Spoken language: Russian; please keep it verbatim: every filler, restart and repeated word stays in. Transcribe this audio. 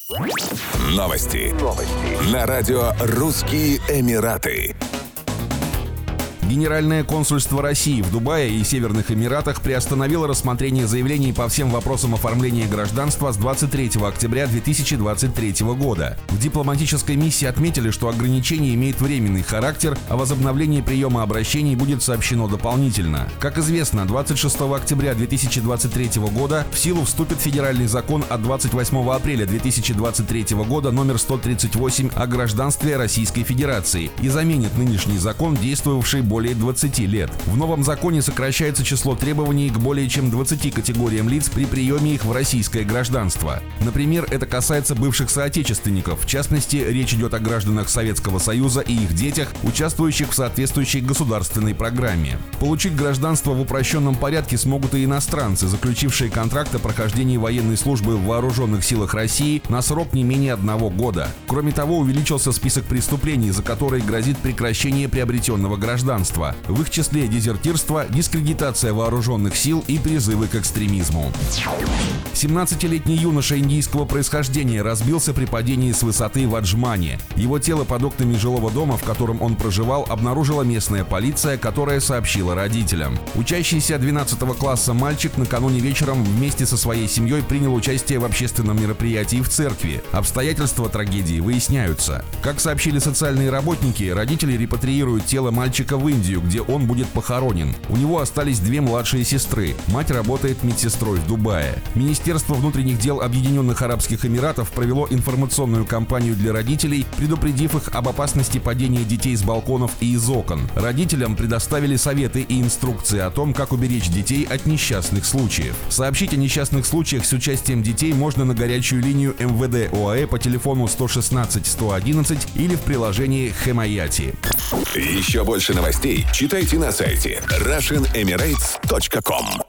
Новости. Новости. На радио «Русские Эмираты». Генеральное консульство России в Дубае и Северных Эмиратах приостановило рассмотрение заявлений по всем вопросам оформления гражданства с двадцать третьего октября две тысячи двадцать третьего года. В дипломатической миссии отметили, что ограничение имеет временный характер, а возобновление приема обращений будет сообщено дополнительно. Как известно, двадцать шестого октября две тысячи двадцать третьего года в силу вступит федеральный закон от двадцать восьмого апреля две тысячи двадцать третьего года номер сто тридцать восемь о гражданстве Российской Федерации и заменит нынешний закон, действовавший более более двадцати лет. В новом законе сокращается число требований к более чем двадцати категориям лиц при приеме их в российское гражданство. Например, это касается бывших соотечественников. В частности, речь идет о гражданах Советского Союза и их детях, участвующих в соответствующей государственной программе. Получить гражданство в упрощенном порядке смогут и иностранцы, заключившие контракт о прохождении военной службы в Вооруженных силах России на срок не менее одного года. Кроме того, увеличился список преступлений, за которые грозит прекращение приобретенного гражданства. В их числе дезертирство, дискредитация вооруженных сил и призывы к экстремизму. семнадцатилетний юноша индийского происхождения разбился при падении с высоты в Аджмане. Его тело под окнами жилого дома, в котором он проживал, обнаружила местная полиция, которая сообщила родителям. Учащийся двенадцатого класса мальчик накануне вечером вместе со своей семьей принял участие в общественном мероприятии в церкви. Обстоятельства трагедии выясняются. Как сообщили социальные работники, родители репатриируют тело мальчика в Индию, где он будет похоронен. У него остались две младшие сестры. Мать работает медсестрой в Дубае. Министерство внутренних дел Объединенных Арабских Эмиратов провело информационную кампанию для родителей, предупредив их об опасности падения детей с балконов и из окон. Родителям предоставили советы и инструкции о том, как уберечь детей от несчастных случаев. Сообщить о несчастных случаях с участием детей можно на горячую линию эм вэ дэ о а э по телефону сто шестнадцать сто одиннадцать или в приложении Хемаяти. Еще больше новостей читайте на сайте Russian Emirates точка ком.